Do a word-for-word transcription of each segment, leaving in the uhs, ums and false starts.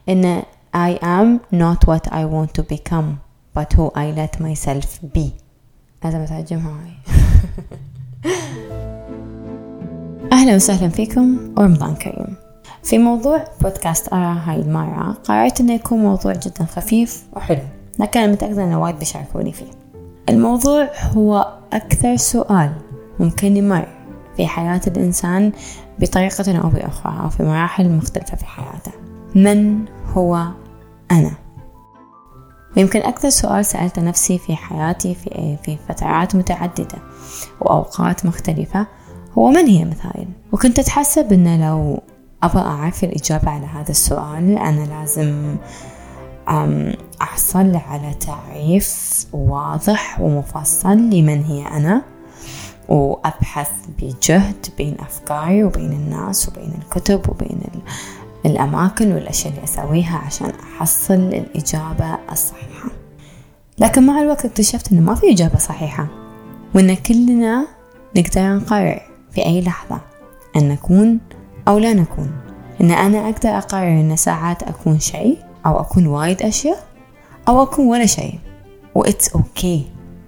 إن I am not what I want to become but who I let myself be. لازم أترجمها هاي. أهلا وسهلا فيكم ورمضان كريم. في موضوع بودكاست أرى هاي المرة قررت أنه يكون موضوع جدا خفيف وحلو، لكن أنا متأكدة أن وايد بيشاركوني فيه. الموضوع هو أكثر سؤال ممكن يمر في حياة الإنسان بطريقة أو بأخرى أو في مراحل مختلفة في حياته. من هو أنا؟ ويمكن أكثر سؤال سألت نفسي في حياتي في في فترات متعددة وأوقات مختلفة هو من هي مثايل؟ وكنت أتحسب أن لو أبغى أعرف الإجابة على هذا السؤال أنا لازم أحصل على تعريف واضح ومفصل لمن هي أنا، وأبحث بجهد بين أفكاري وبين الناس وبين الكتب وبين الأماكن والأشياء اللي أسويها عشان أحصل الإجابة الصحيحة. لكن مع الوقت اكتشفت أنه ما في إجابة صحيحة، وأن كلنا نقدر نقرر في أي لحظة أن نكون أو لا نكون. أن أنا أقدر أقرر أن ساعات أكون شيء أو أكون وايد أشياء أو أكون ولا شيء، وإتس أوكي.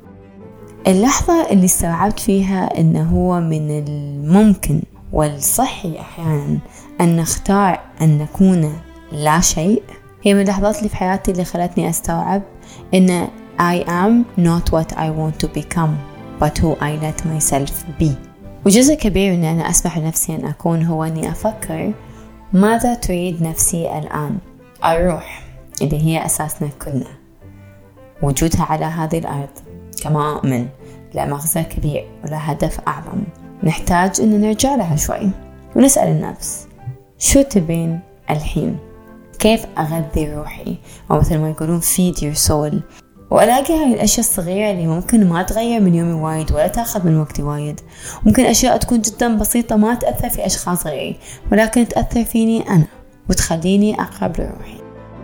اللحظة اللي استوعبت فيها أنه هو من الممكن والصحي أحيانا أن نختار أن نكون لا شيء هي من اللحظات اللي في حياتي اللي خلتني أستوعب أن I am not what I want to become but who I let myself be. وجزء كبير أن أنا أسمح لنفسي أن أكون هو أني أفكر ماذا تريد نفسي الآن. الروح اللي هي أساسنا كلنا، وجودها على هذه الأرض كما أؤمن لا مغزى كبير ولا هدف أعظم، نحتاج أن نرجع لها شوي ونسأل النفس شو تبين الحين؟ كيف أغذي روحي؟ أو مثل ما يقولون feed your soul. وألاقي هاي الأشياء الصغيرة اللي ممكن ما تغير من يومي وايد ولا تأخذ من وقتي وايد. ممكن أشياء تكون جدا بسيطة ما تأثر في أشخاص غيري، ولكن تأثر فيني أنا وتخليني أقرب لروحي.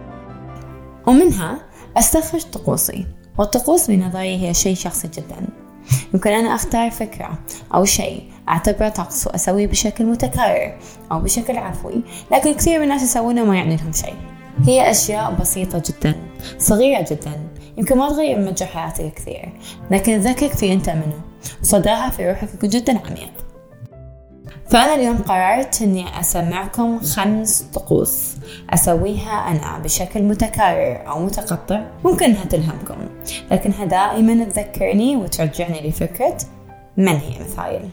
ومنها أستخرج طقوسي، والطقوس بنظري هي شيء شخصي جدا. يمكن أنا أختار فكرة أو شيء أعتبره طقس وأسويه بشكل متكرر أو بشكل عفوي، لكن كثير من الناس يسوونه ما يعني لهم شيء. هي أشياء بسيطة جدا صغيرة جدا يمكن ما تغير مجرى حياتك كثير، لكن ذكرك في أنت منه وصداها في روحك يكون جدا عميق. فأنا اليوم قررت أني أسمعكم خمس طقوس أسويها أنا بشكل متكرر أو متقطع، ممكن أنها تلهمكم لكنها دائما تذكرني وترجعني لفكرة من هي مثايل.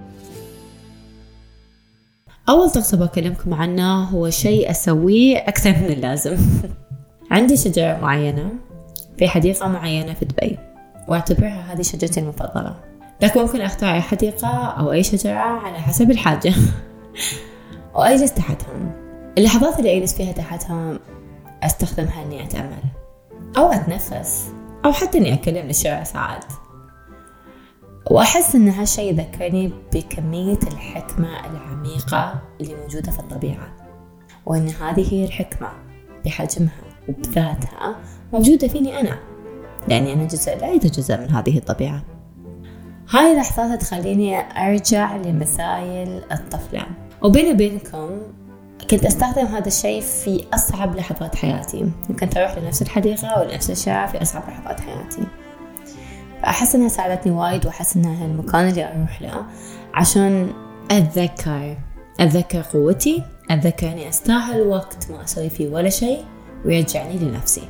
أول طقس بكلمكم عنه هو شيء أسويه أكثر من اللازم. عندي شجرة معينة في حديقة معينة في دبي، وأعتبرها هذه شجرتي المفضلة، لكن ممكن أختار أي حديقة أو أي شجرة على حسب الحاجة. وأجلس تحتهم. اللحظات اللي أجلس فيها تحتهم أستخدمها إني أتأمل أو أتنفس أو حتى إني أكلم للشجرة ساعات، وأحس إن هالشيء يذكرني بكمية الحكمة العميقة اللي موجودة في الطبيعة، وإن هذه هي الحكمة بحجمها وبذاتها موجودة فيني أنا، لأني أنا جزء لا يتجزأ من هذه الطبيعة. هاي اللحظات تخليني أرجع لمثايل الطفلة. وبيني وبينكم كنت أستخدم هذا الشيء في أصعب لحظات حياتي، كنت أروح لنفس الحديقة ولنفس الشارع في أصعب لحظات حياتي، فأحس أنها ساعدتني وايد، وأحس أنها المكان اللي أروح له عشان أتذكر أتذكر قوتي، أتذكر أني أستاهل وقت ما أسوي فيه ولا شيء ويرجعني لنفسي.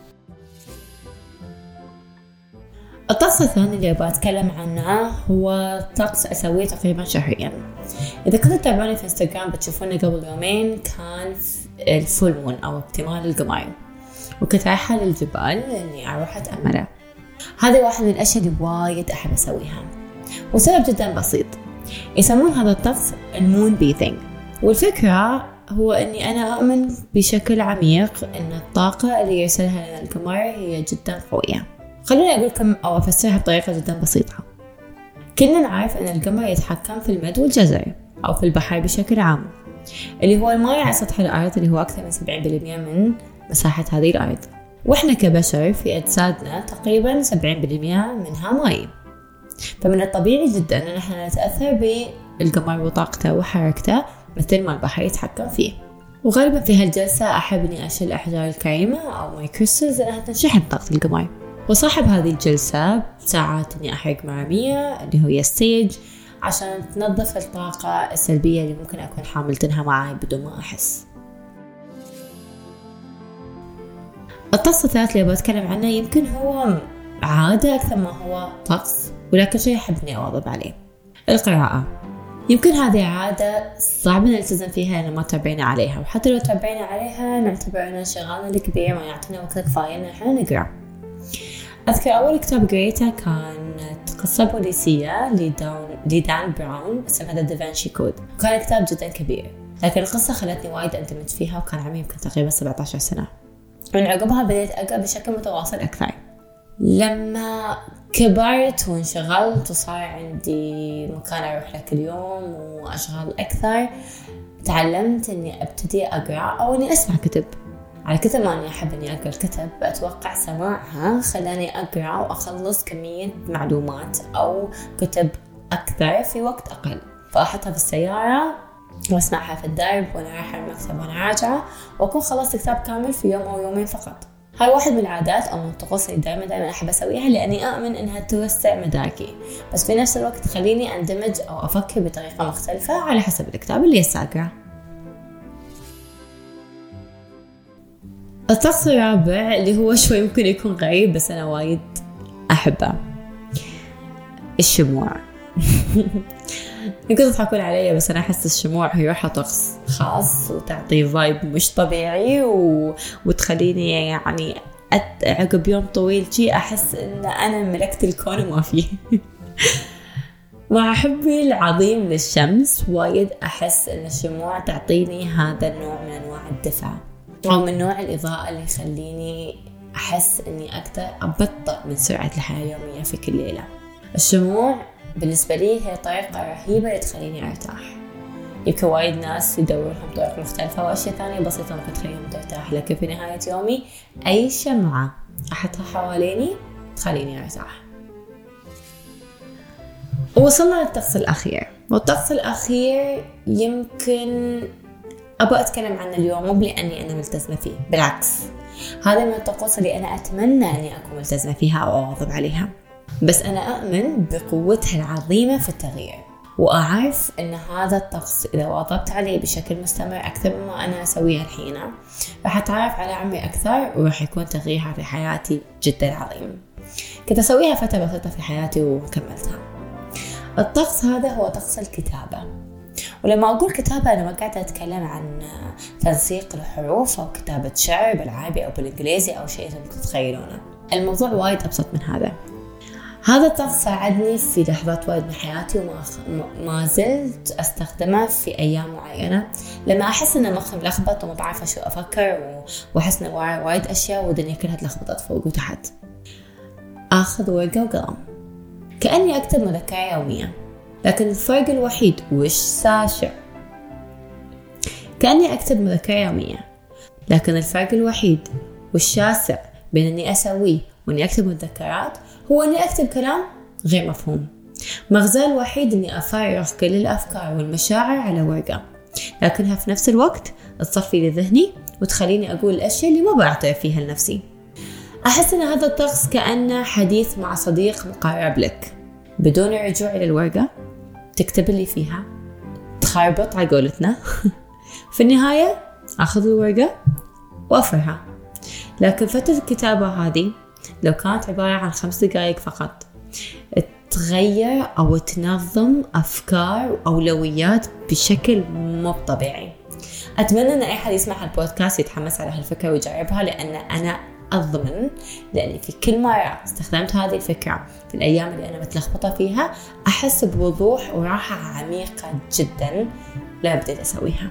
الطقس الثاني اللي أبغى أتكلم عنه هو طقس أسويه تقريبا شهريا. إذا كنتوا تتابعوني في إنستغرام بتشوفون قبل يومين كان الفول مون أو اكتمال القمر، وكنت رايحة للجبال إني أروح أتأمله. هذا واحد من الأشياء اللي وايد أحب أسويها، وسبب جدا بسيط. يسمون هذا الطقس المون بيثينج، والفكرة هو أني أنا أؤمن بشكل عميق أن الطاقة اللي يرسلها لنا القمر هي جدا قوية. خلوني أقول لكم أو أفسرها بطريقة جدا بسيطة. كلنا نعرف أن القمر يتحكم في المد والجزر أو في البحر بشكل عام، اللي هو الماء على سطح الأرض اللي هو أكثر من سبعين بالمئة من مساحة هذه الأرض. وإحنا كبشر في أجسادنا تقريبا سبعين بالمئة منها ماء، فمن الطبيعي جدا أن احنا نتأثر بالقمر وطاقته وحركته مثل ما البحر يتحكم فيه. وغالبا في هالجلسة أحب إني أشيل الأحجار الكريمة أو ماي كريستلز لأنها تنشحن طاقة القمر. وصاحب هذه الجلسة ساعات إني أحرق مرامية اللي هي السيج عشان تنظف الطاقة السلبية اللي ممكن أكون حاملتنها معي بدون ما أحس. الطقس الثالث اللي بتكلم عنه يمكن هو عادة أكثر ما هو طقس، ولكن شيء أحب إني أواظب عليه: القراءة. يمكن هذه عادة صعب نلتزم فيها لأن ما تربينا عليها، وحتى لو تربينا عليها نعتبر أن شغلنا الكبير ما يعطينا وقت كفاية إن إحنا نقرأ. أذكر أول كتاب قريته كانت قصة بوليسية لدان, لدان براون اسمها ذا دافنشي كود، وكان كتاب جدا كبير، لكن القصة خلتني وايد أندمج فيها، وكان عمري يمكن تقريبا سبعة عشر سنة. من عقبها بديت أقرأ بشكل متواصل أكثر. لما كبرت وانشغلت وصار عندي مكان أروح له كل يوم وأشغال أكثر، تعلمت إني أبتدي أقرأ أو إني أسمع كتب. على كثر ما أني أحب إني أقرأ الكتب، أتوقع سماعها خلاني أقرأ وأخلص كمية معلومات أو كتب أكثر في وقت أقل، فأحطها في السيارة وأسمعها في الدرب وأنا رايحة المكتب وأنا راجعة، وأكون خلصت كتاب كامل في يوم أو يومين فقط. هاي واحد من العادات أو من الطقوس اللي دائما دائما أحب أسويها، لأني أؤمن إنها توسع مداركي، بس في نفس الوقت تخليني أندمج أو أفكر بطريقة مختلفة على حسب الكتاب اللي أقرأه. الطقس الرابع اللي هو شوي ممكن يكون غريب بس أنا وايد أحبه: الشموع. يمكن تضحكون علي بس أنا أحس الشموع هي روحها طقس خاص وتعطي فايب مش طبيعي و... وتخليني يعني أت... عقب يوم طويل جي أحس إن أنا ملكت الكون وما فيه. مع حبي العظيم للشمس وايد أحس إن الشموع تعطيني هذا النوع من أنواع الدفع أو من نوع الإضاءة اللي يخليني أحس إني أقدر أبطأ من سرعة الحياة اليومية في كل ليلة. الشموع بالنسبة لي هي طريقة رهيبة تخليني أرتاح. يمكن وايد ناس يدورون لهم طرق مختلفة وأشياء ثانية بسيطة ممكن تخليهم ترتاح، لكن في نهاية يومي أي شمعة أحطها حواليني تخليني أرتاح. ووصلنا للطقس الأخير، والطقس الأخير يمكن أبغى أتكلم عنه اليوم مو لأني أنا ملتزمة فيه، بالعكس هذا من الطقوس اللي أنا أتمنى أني أكون ملتزمة فيها أو أواظب عليها، بس أنا أؤمن بقوتها العظيمة في التغيير، وأعرف أن هذا الطقس إذا واظبت عليه بشكل مستمر أكثر مما أنا أسويه الحين راح أتعرف على عمري أكثر، وراح يكون تغييرها في حياتي جدا عظيم. كنت أسويها فترة بسيطة في حياتي وكملتها. الطقس هذا هو طقس الكتابة، ولما أقول كتابة أنا ما قاعدة أتكلم عن تنسيق الحروف أو كتابة شعر بالعربي أو بالإنجليزي أو شيء ممكن تتخيلونه. الموضوع وايد أبسط من هذا. هذا الطقس ساعدني في لحظات وايد من حياتي وما ما زلت أستخدمه في أيام معينة لما أحس إن مخي ملخبط وما بعرف شو أفكر وأحس إن وراي وايد أشياء والدنيا كلها تلخبطت فوق وتحت. أخذ ورقة وقلم كأني أكتب مذكرة يومية، لكن الفرق الوحيد والشاشع كأني أكتب مذكرة يومية لكن الفرق الوحيد والشاسع بين أني أسويه وأني أكتب مذكرات هو أني أكتب كلام غير مفهوم. مغزاه الوحيد أني أفرغ كل الأفكار والمشاعر على ورقة، لكنها في نفس الوقت تصفي لي ذهني وتخليني أقول الأشياء اللي ما بعترف فيها لنفسي. أحس أن هذا الطقس كأنه حديث مع صديق مقرب لك بدون الرجوع إلى الورقة، تكتب اللي فيها، تخربط على قولتنا في النهاية أخذ الورقة وأفرها. لكن فترة الكتابة هذه لو كانت عبارة عن خمس دقائق فقط تغير أو تنظم أفكار وأولويات بشكل مو طبيعي. أتمنى أن أي حد يسمع هالبودكاست يتحمس على هالفكرة ويجربها، لأن أنا أضمن لأني في كل مرة استخدمت هذه الفكرة في الأيام اللي أنا متلخبطة فيها أحس بوضوح وراحة عميقة جدا لا بديت أسويها.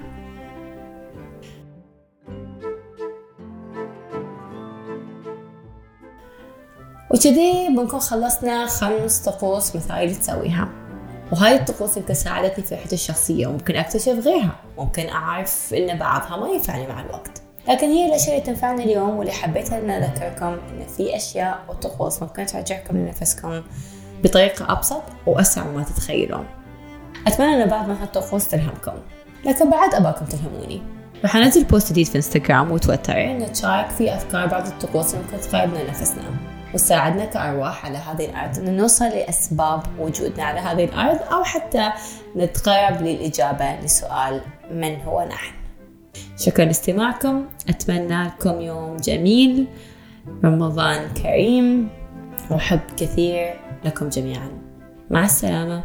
وكذي بنكون خلصنا خمس طقوس مثالية تسويها، وهاي الطقوس يمكن ساعدتني في حياتي الشخصية وممكن أكتشف غيرها، ممكن أعرف إن بعضها ما ينفعني مع الوقت، لكن هي الأشياء اللي تنفعني اليوم واللي حبيت أن أذكركم إن في أشياء وطقوس ممكن ترجعكم لنفسكم بطريقة أبسط وأسرع ما تتخيلون. أتمنى أن بعض من هالطقوس تلهمكم، لكن بعد أباكم تلهموني. راح أنزل بوست جديد في انستغرام وتويتر نتشارك في أفكار بعض الطقوس اللي ممكن تقربنا نفسنا وتساعدنا كأرواح على هذه الأرض أن نوصل لأسباب وجودنا على هذه الأرض، أو حتى نتقرب للإجابة لسؤال من هو نحن. شكرا لاستماعكم، أتمنى لكم يوم جميل، رمضان كريم، وحب كثير لكم جميعا. مع السلامة.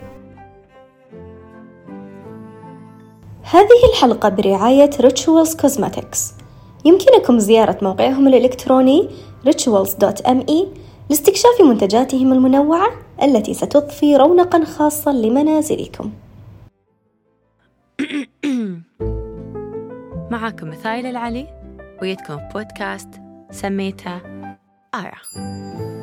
هذه الحلقة برعاية Rituals Cosmetics. يمكنكم زيارة موقعهم الإلكتروني rituals دوت إم إي لاستكشاف منتجاتهم المنوعة التي ستضفي رونقا خاصا لمنازلكم. معكم مثايل العلي ويدكم بودكاست سميته آرا.